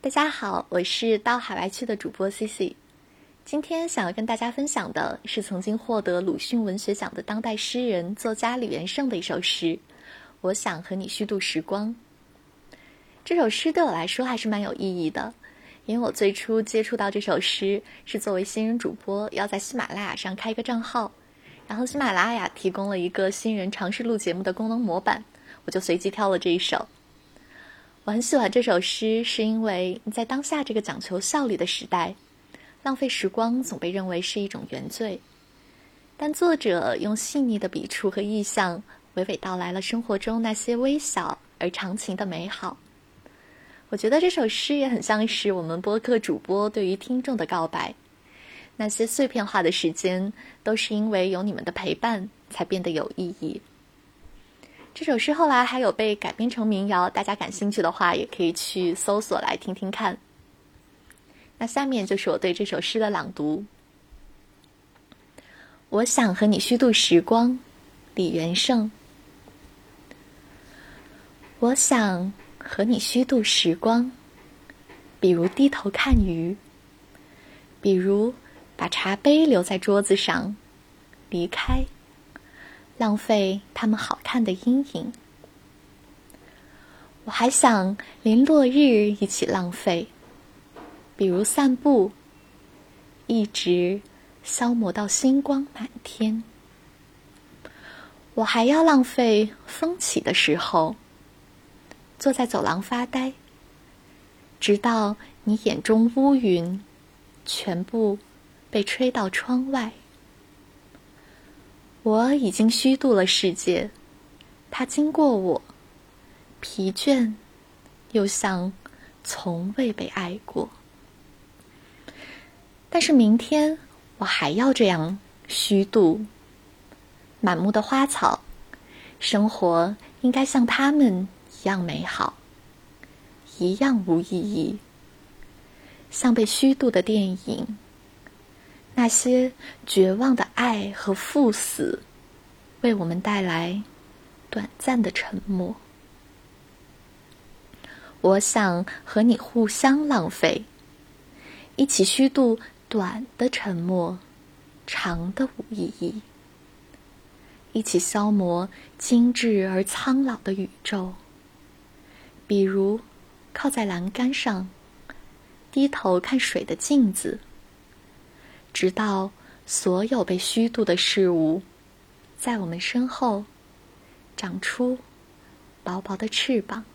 大家好，我是到海外去的主播 CC。今天想要跟大家分享的是曾经获得鲁迅文学奖的当代诗人、作家李元胜的一首诗《我想和你虚度时光》。这首诗对我来说还是蛮有意义的，因为我最初接触到这首诗是作为新人主播要在喜马拉雅上开一个账号，然后喜马拉雅提供了一个新人尝试录节目的功能模板，我就随机挑了这一首。我很喜欢这首诗，是因为在当下这个讲求效率的时代，浪费时光总被认为是一种原罪。但作者用细腻的笔触和意象，娓娓道来了生活中那些微小而长情的美好。我觉得这首诗也很像是我们播客主播对于听众的告白。那些碎片化的时间，都是因为有你们的陪伴，才变得有意义。这首诗后来还有被改编成民谣，大家感兴趣的话也可以去搜索来听听看。那下面就是我对这首诗的朗读。我想和你虚度时光，李元胜。我想和你虚度时光，比如低头看鱼，比如把茶杯留在桌子上，离开，浪费它们好看的阴影。我还想连落日一起浪费，比如散步，一直消磨到星光满天。我还要浪费风起的时候，坐在走廊发呆，直到你眼中乌云全部被吹到窗外。我已经虚度了世界，它经过我，疲倦又像从未被爱过。但是明天我还要这样虚度。满目的花草，生活应该像它们一样美好，一样无意义。像被虚度的电影，那些绝望的爱和赴死，为我们带来短暂的沉默。我想和你互相浪费，一起虚度短的沉默，长的无意义。一起消磨精致而苍老的宇宙，比如靠在栏杆上，低头看水的镜子，直到所有被虚度的事物在我们身后长出薄薄的翅膀。